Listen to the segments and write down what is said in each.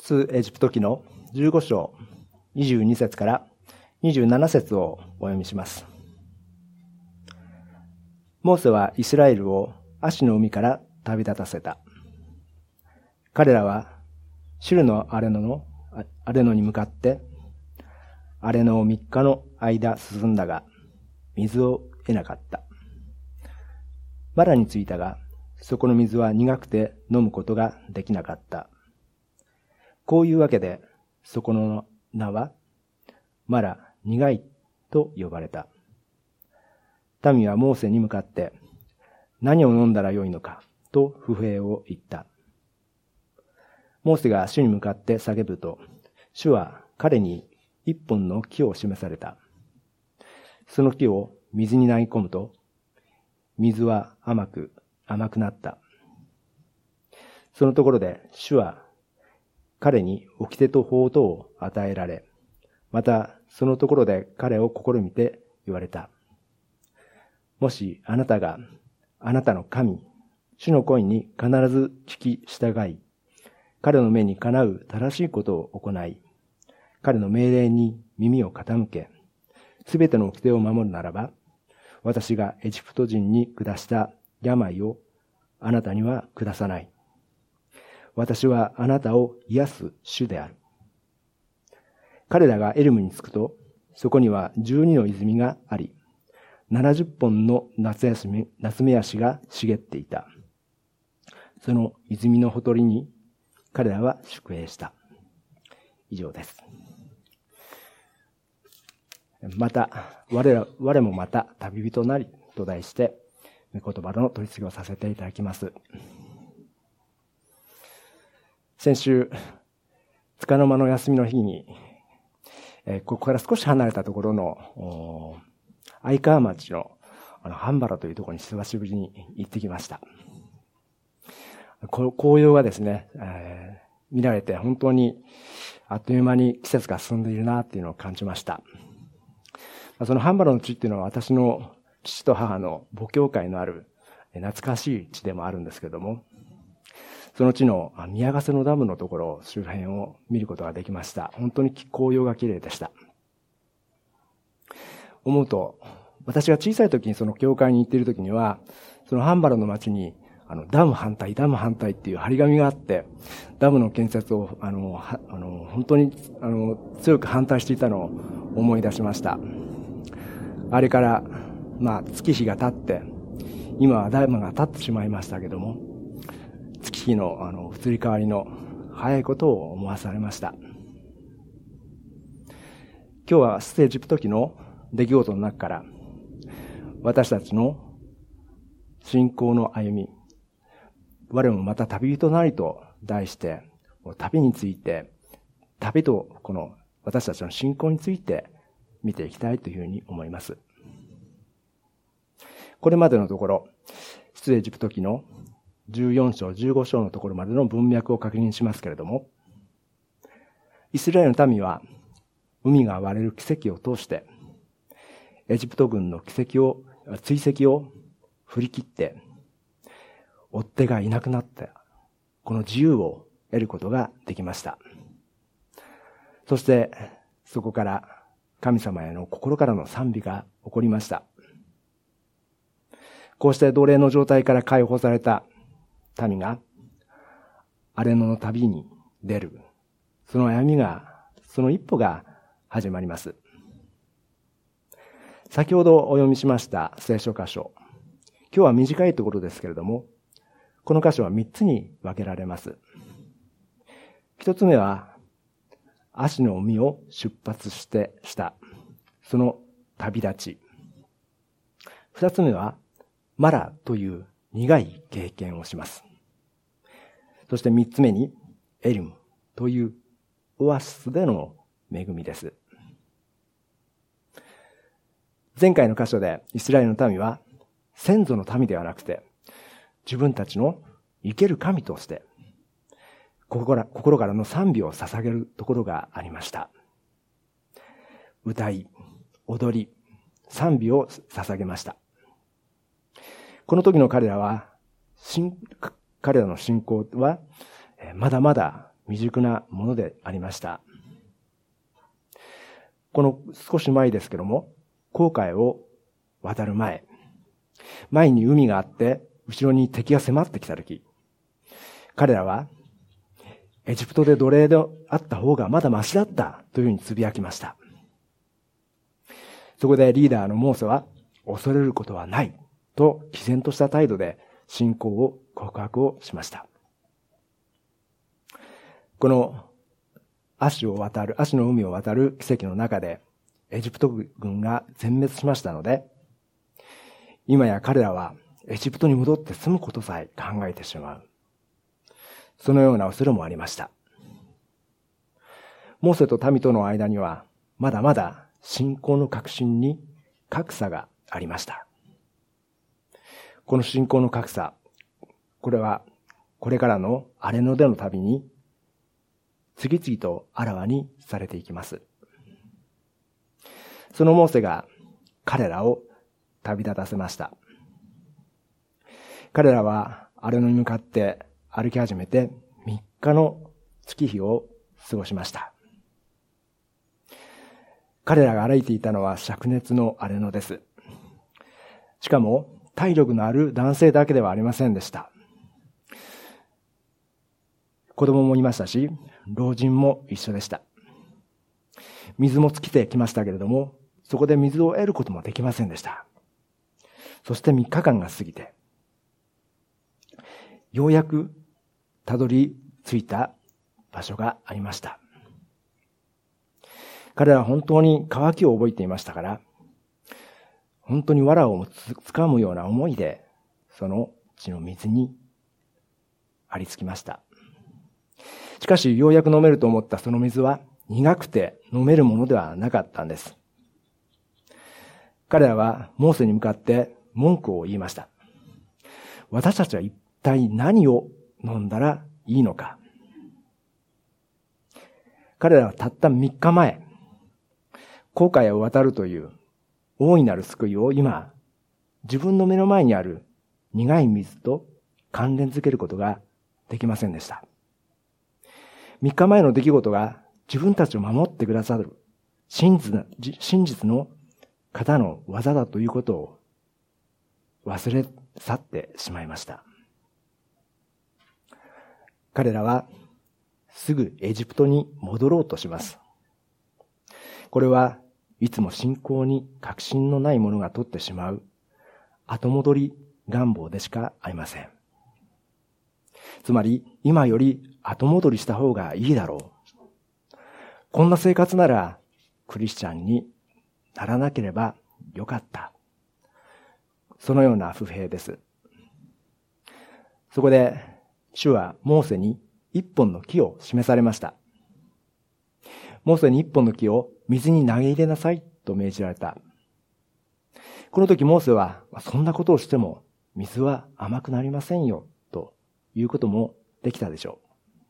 出エジプト記の15章22節から27節をお読みします。モーセはイスラエルをアシの海から旅立たせた。彼らはシュルのアレノに向かってアレノを3日の間進んだが水を得なかった。マラに着いたがそこの水は苦くて飲むことができなかった。こういうわけでそこの名はマラ苦いと呼ばれた。民はモーセに向かって何を飲んだらよいのかと不平を言った。モーセが主に向かって叫ぶと、主は彼に一本の木を示された。その木を水に投げ込むと、水は甘くなった。そのところで主は彼に掟と法とを与えられ、またそのところで彼を試みて言われた。もしあなたがあなたの神、主の声に必ず聞き従い、彼の目にかなう正しいことを行い、彼の命令に耳を傾け、すべての掟を守るならば、私がエジプト人に下した病をあなたには下さない。私はあなたを癒す主である。彼らがエルムに着くと、そこには12の泉があり、70本の夏目足が茂っていた。その泉のほとりに彼らは宿営した。以上です。また、我もまた旅人なりと題して、言葉の取り次ぎをさせていただきます。先週、束の間の休みの日に、ここから少し離れたところの愛川町の半原というところに久しぶりに行ってきました。紅葉がですね、見られて本当にあっという間に季節が進んでいるなっていうのを感じました。その半原の地っていうのは私の父と母の母教会のある懐かしい地でもあるんですけども、その地の宮ヶ瀬のダムのところ周辺を見ることができました。本当に紅葉が綺麗でした。思うと、私が小さい時にその教会に行っている時には、その半原の町にダム反対っていう張り紙があって、ダムの建設を本当に強く反対していたのを思い出しました。あれから月日が経って、今はダムが経ってしまいましたけども、月日の移り変わりの早いことを思わされました。今日は出エジプト記の出来事の中から私たちの信仰の歩み、我もまた旅人なりと題して旅について、旅とこの私たちの信仰について見ていきたいというふうに思います。これまでのところ、出エジプト記の14章、15章のところまでの文脈を確認しますけれども、イスラエルの民は海が割れる奇跡を通して、エジプト軍の追跡を振り切って、追っ手がいなくなった、この自由を得ることができました。そして、そこから神様への心からの賛美が起こりました。こうして奴隷の状態から解放された民が、アレノの旅に出る、その歩みが、その一歩が始まります。先ほどお読みしました聖書箇所。今日は短いところですけれども、この箇所は3つに分けられます。1つ目は、アシの海を出発した、その旅立ち。2つ目は、マラという苦い経験をします。そして3つ目に、エルムというオアシスでの恵みです。前回の箇所でイスラエルの民は先祖の民ではなくて自分たちの生ける神として心からの賛美を捧げるところがありました。歌い、踊り、賛美を捧げました。この時の彼らの信仰はまだまだ未熟なものでありました。この少し前ですけども、紅海を渡る前に海があって、後ろに敵が迫ってきたとき、彼らは、エジプトで奴隷であった方がまだマシだったというふうにつぶやきました。そこでリーダーのモーセは、恐れることはないと毅然とした態度で信仰を告白をしました。このアシの海を渡る奇跡の中で、エジプト軍が全滅しましたので、今や彼らはエジプトに戻って住むことさえ考えてしまう。そのような恐れもありました。モーセと民との間には、まだまだ信仰の確信に格差がありました。この信仰の格差、これはこれからの荒野での旅に次々とあらわにされていきます。そのモーセが彼らを旅立たせました。彼らは荒野に向かって歩き始めて3日の月日を過ごしました。彼らが歩いていたのは灼熱の荒野です。しかも体力のある男性だけではありませんでした。子供もいましたし、老人も一緒でした。水も尽きてきましたけれども、そこで水を得ることもできませんでした。そして3日間が過ぎて、ようやくたどり着いた場所がありました。彼らは本当に渇きを覚えていましたから、本当に藁をつかむような思いで、その地の水にありつきました。しかし、ようやく飲めると思ったその水は苦くて飲めるものではなかったんです。彼らはモーセに向かって文句を言いました。私たちは一体何を飲んだらいいのか。彼らはたった3日前、紅海を渡るという大いなる救いを今、自分の目の前にある苦い水と関連づけることができませんでした。3日前の出来事が自分たちを守ってくださる真実の方の技だということを忘れ去ってしまいました。彼らはすぐエジプトに戻ろうとします。これはいつも信仰に確信のない者が取ってしまう後戻り願望でしかありません。つまり今より後戻りした方がいいだろう。こんな生活ならクリスチャンにならなければよかった。そのような不平です。そこで主はモーセに一本の木を示されました。モーセに一本の木を水に投げ入れなさいと命じられた。この時モーセはそんなことをしても水は甘くなりませんよということもできたでしょ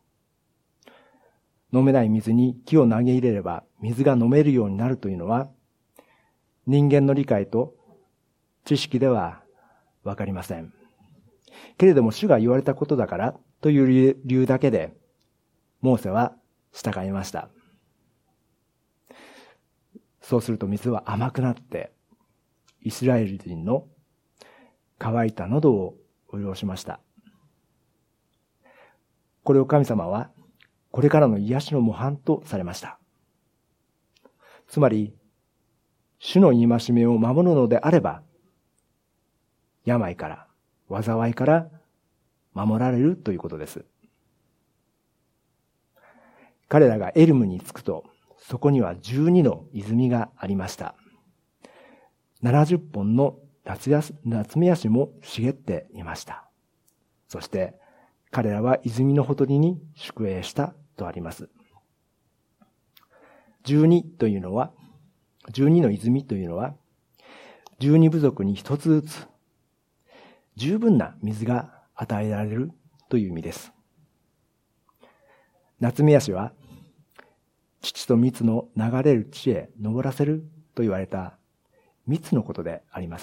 う。飲めない水に木を投げ入れれば水が飲めるようになるというのは人間の理解と知識ではわかりません。けれども主が言われたことだからという理由だけでモーセは従いました。そうすると水は甘くなってイスラエル人の乾いた喉を潤しました。これを神様はこれからの癒しの模範とされました。つまり主の戒めを守るのであれば病から災いから守られるということです。彼らがエルムに着くとそこには12の泉がありました。70本の夏目ヤシも茂っていました。そして彼らは泉のほとりに宿営したとあります。12の泉というのは、12部族に一つずつ十分な水が与えられるという意味です。夏目ヤシは乳と蜜の流れる地へ登らせると言われた蜜のことであります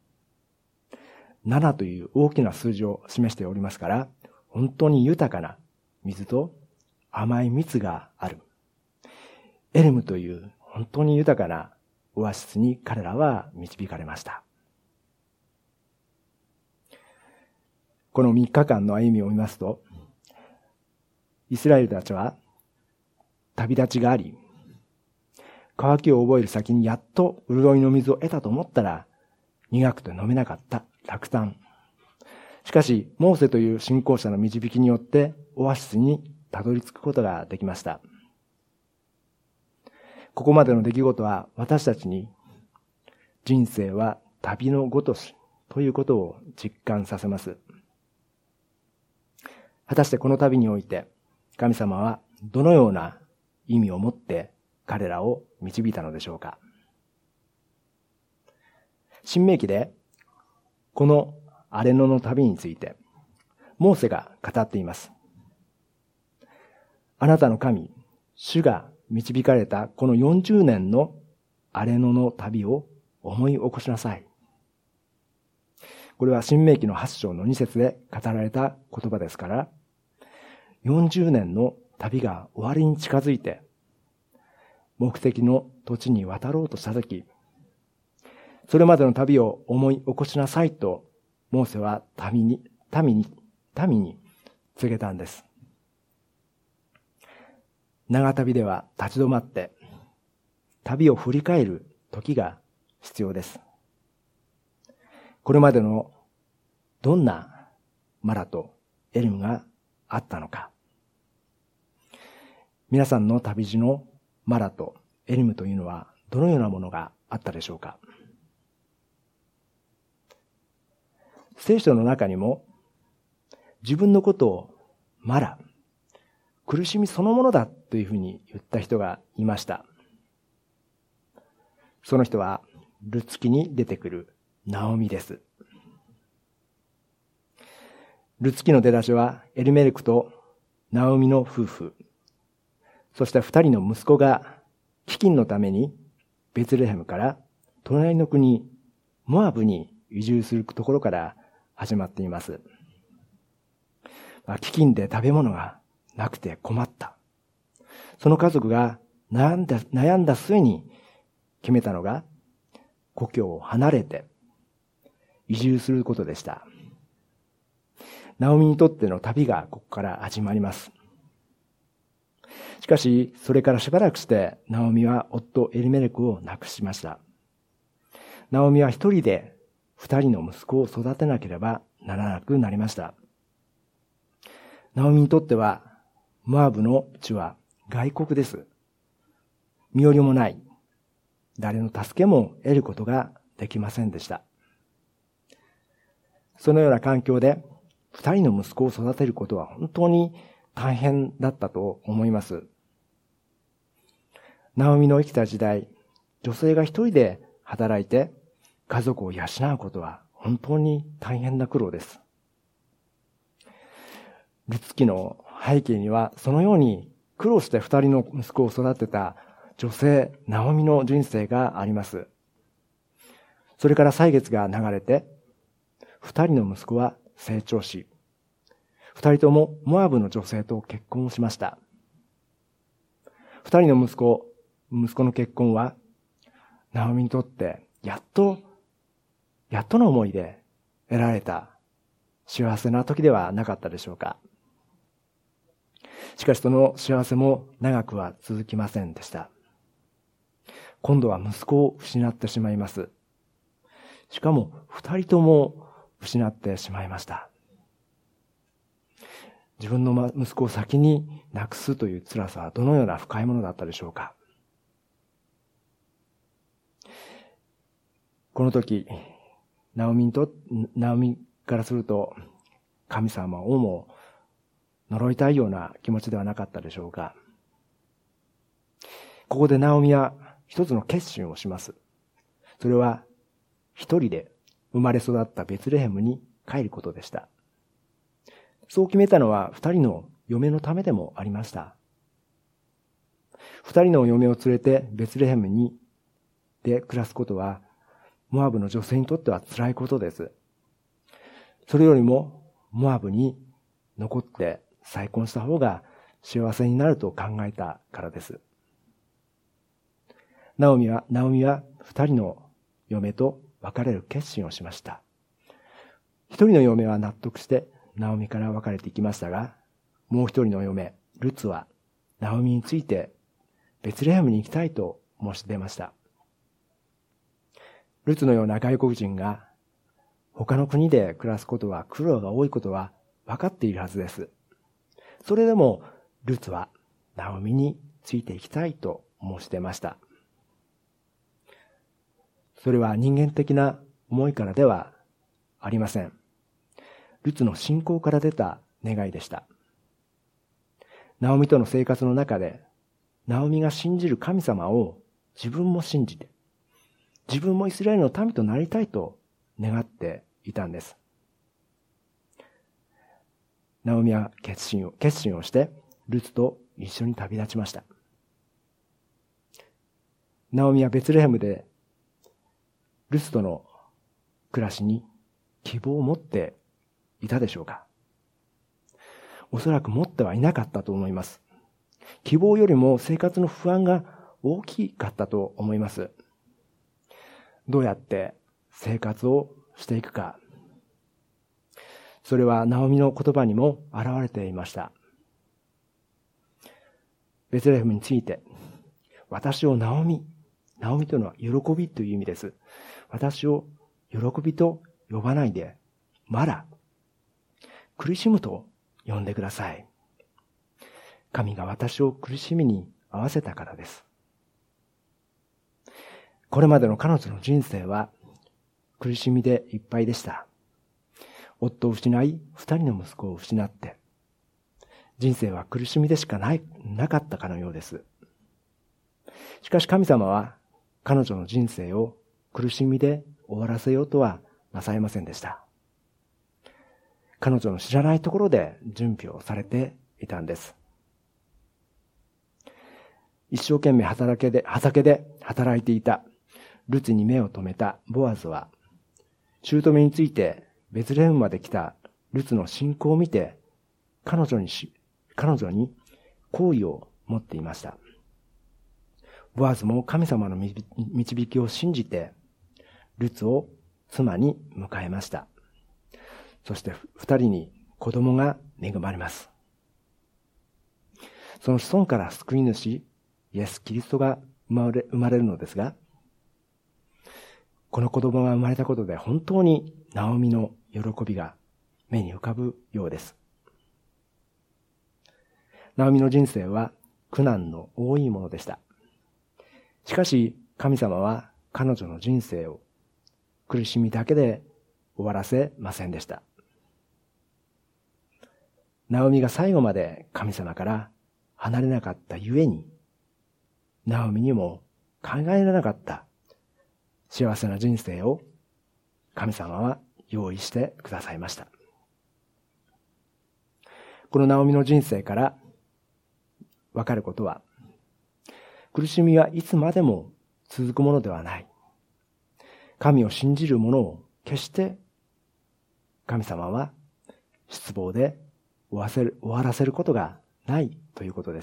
。7という大きな数字を示しておりますから、本当に豊かな水と甘い蜜がある。エルムという本当に豊かなオアシスに彼らは導かれました。この3日間の歩みを見ますと、イスラエルたちは旅立ちがあり、渇きを覚える先にやっと潤いの水を得たと思ったら、苦くて飲めなかった落胆。しかし、モーセという信仰者の導きによってオアシスにたどり着くことができました。ここまでの出来事は私たちに人生は旅のごとしということを実感させます。果たしてこの旅において神様はどのような意味を持って彼らを導いたのでしょうか。申命記でこの荒れ野の旅についてモーセが語っています。あなたの神、主が導かれたこの40年の荒れ野の旅を思い起こしなさい。これは申命記の8章の2節で語られた言葉ですから、40年の旅が終わりに近づいて、目的の土地に渡ろうとしたとき、それまでの旅を思い起こしなさいと、モーセは民に告げたんです。長旅では立ち止まって、旅を振り返る時が必要です。これまでのどんなマラとエリムがあったのか。皆さんの旅路のマラとエリムというのはどのようなものがあったでしょうか。聖書の中にも自分のことをマラ、苦しみそのものだというふうに言った人がいました。その人はルツ記に出てくるナオミです。ルツ記の出だしはエリメレクとナオミの夫婦、そして2人の息子が飢饉のためにベツレヘムから隣の国モアブに移住するところから始まっています。飢饉で食べ物がなくて困った。その家族が悩んだ末に決めたのが故郷を離れて移住することでした。ナオミにとっての旅がここから始まります。しかし、それからしばらくしてナオミは夫エリメレクを亡くしました。ナオミは一人で2人の息子を育てなければならなくなりました。ナオミにとってはモアブの地は外国です。身寄りもない。誰の助けも得ることができませんでした。そのような環境で2人の息子を育てることは本当に大変だったと思います。ナオミの生きた時代、女性が一人で働いて家族を養うことは本当に大変な苦労です。ルツ記の背景にはそのように苦労して2人の息子を育てた女性ナオミの人生があります。それから歳月が流れて2人の息子は成長し、2人ともモアブの女性と結婚をしました。2人の息子の結婚はナオミにとってやっとの思いで得られた幸せな時ではなかったでしょうか。しかしその幸せも長くは続きませんでした。今度は息子を失ってしまいます。しかも2人とも失ってしまいました。自分の息子を先に亡くすという辛さはどのような深いものだったでしょうか。この時、ナオミからすると神様をも呪いたいような気持ちではなかったでしょうか。ここでナオミは一つの決心をします。それは一人で生まれ育ったベツレヘムに帰ることでした。そう決めたのは二人の嫁のためでもありました。二人の嫁を連れてベツレヘムで暮らすことはモアブの女性にとっては辛いことです。それよりもモアブに残って再婚した方が幸せになると考えたからです。ナオミは二人の嫁と別れる決心をしました。一人の嫁は納得してナオミから別れていきましたが、もう一人の嫁、ルツはナオミについてベツレヘムに行きたいと申し出ました。ルツのような外国人が他の国で暮らすことは苦労が多いことは分かっているはずです。それでもルツはナオミについていきたいと申し出ました。それは人間的な思いからではありません。ルツの信仰から出た願いでした。ナオミとの生活の中で、ナオミが信じる神様を自分も信じて、自分もイスラエルの民となりたいと願っていたんです。ナオミは決心をして、ルツと一緒に旅立ちました。ナオミはベツレヘムでルツとの暮らしに希望を持っていたでしょうか。おそらく持ってはいなかったと思います。希望よりも生活の不安が大きかったと思います。どうやって生活をしていくか。それはナオミの言葉にも表れていました。ベツレヘムについて、私をナオミというのは喜びという意味です。私を喜びと呼ばないで、マラ、苦しむと呼んでください。神が私を苦しみに合わせたからです。これまでの彼女の人生は苦しみでいっぱいでした。夫を失い、二人の息子を失って、人生は苦しみでしかなかったかのようです。しかし神様は彼女の人生を苦しみで終わらせようとはなさいませんでした。彼女の知らないところで準備をされていたんです。一生懸命畑で働いていたルツに目を留めたボアズは、姑についてベツレヘムまで来たルツの信仰を見て、彼女に好意を持っていました。ボアズも神様の導きを信じて、ルツを妻に迎えました。そして二人に子供が恵まれます。その子孫から救い主、イエス・キリストが生まれるのですが、この子供が生まれたことで本当にナオミの喜びが目に浮かぶようです。ナオミの人生は苦難の多いものでした。しかし神様は彼女の人生を苦しみだけで終わらせませんでした。ナオミが最後まで神様から離れなかったゆえに、ナオミにも考えられなかった幸せな人生を神様は用意してくださいました。このナオミの人生からわかることは、苦しみはいつまでも続くものではない。神を信じる者を決して神様は失望で終わらせることがないということです。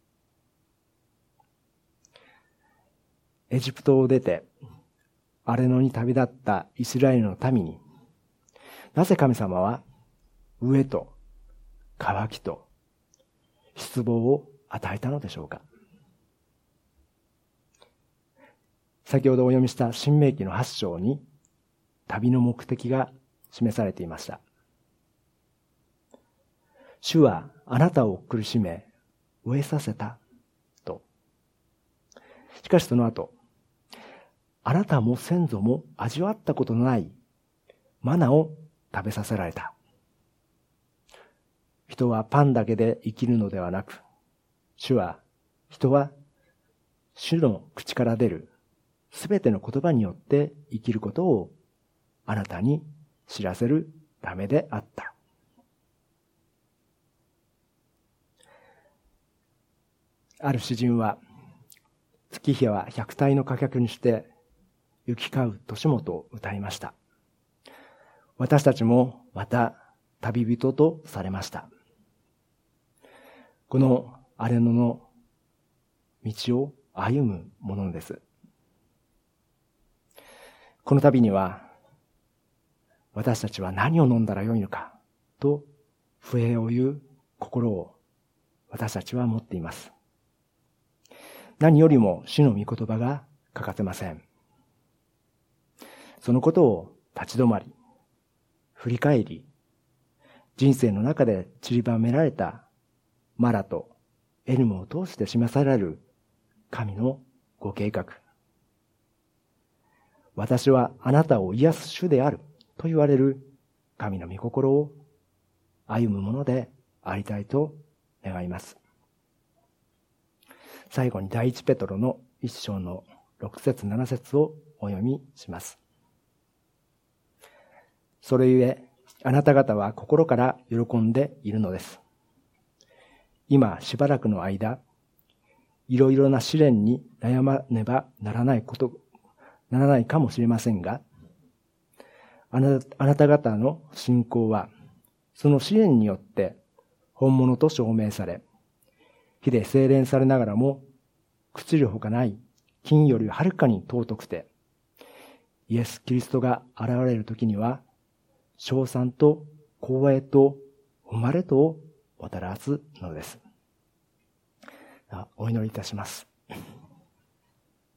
エジプトを出て荒野に旅立ったイスラエルの民に、なぜ神様は飢えと渇きと失望を与えたのでしょうか。先ほどお読みした申命記の8章に旅の目的が示されていました。主はあなたを苦しめ飢えさせたと。しかしその後、あなたも先祖も味わったことのないマナを食べさせられた。人はパンだけで生きるのではなく、人は主の口から出るすべての言葉によって生きることをあなたに知らせるためであった。ある詩人は、月日は百体の価格にして行き交う年もと歌いました。私たちもまた旅人とされました。 この荒野の道を歩むものです。この旅には、私たちは何を飲んだらよいのかと不平を言う心を私たちは持っています。何よりも主の御言葉が欠かせません。そのことを立ち止まり、振り返り、人生の中で散りばめられたマラとエルムを通して示される神のご計画。私はあなたを癒す主であると言われる神の御心を歩むものでありたいと願います。最後に第一ペトロの1章の6節7節をお読みします。それゆえ、あなた方は心から喜んでいるのです。今しばらくの間、いろいろな試練に悩まねばならないかもしれませんが、あなた方の信仰は、その試練によって本物と証明され、火で精錬されながらも、朽ちるほかない金よりはるかに尊くて、イエス・キリストが現れるときには、称賛と光栄と誉れとをもたらすのです。お祈りいたします。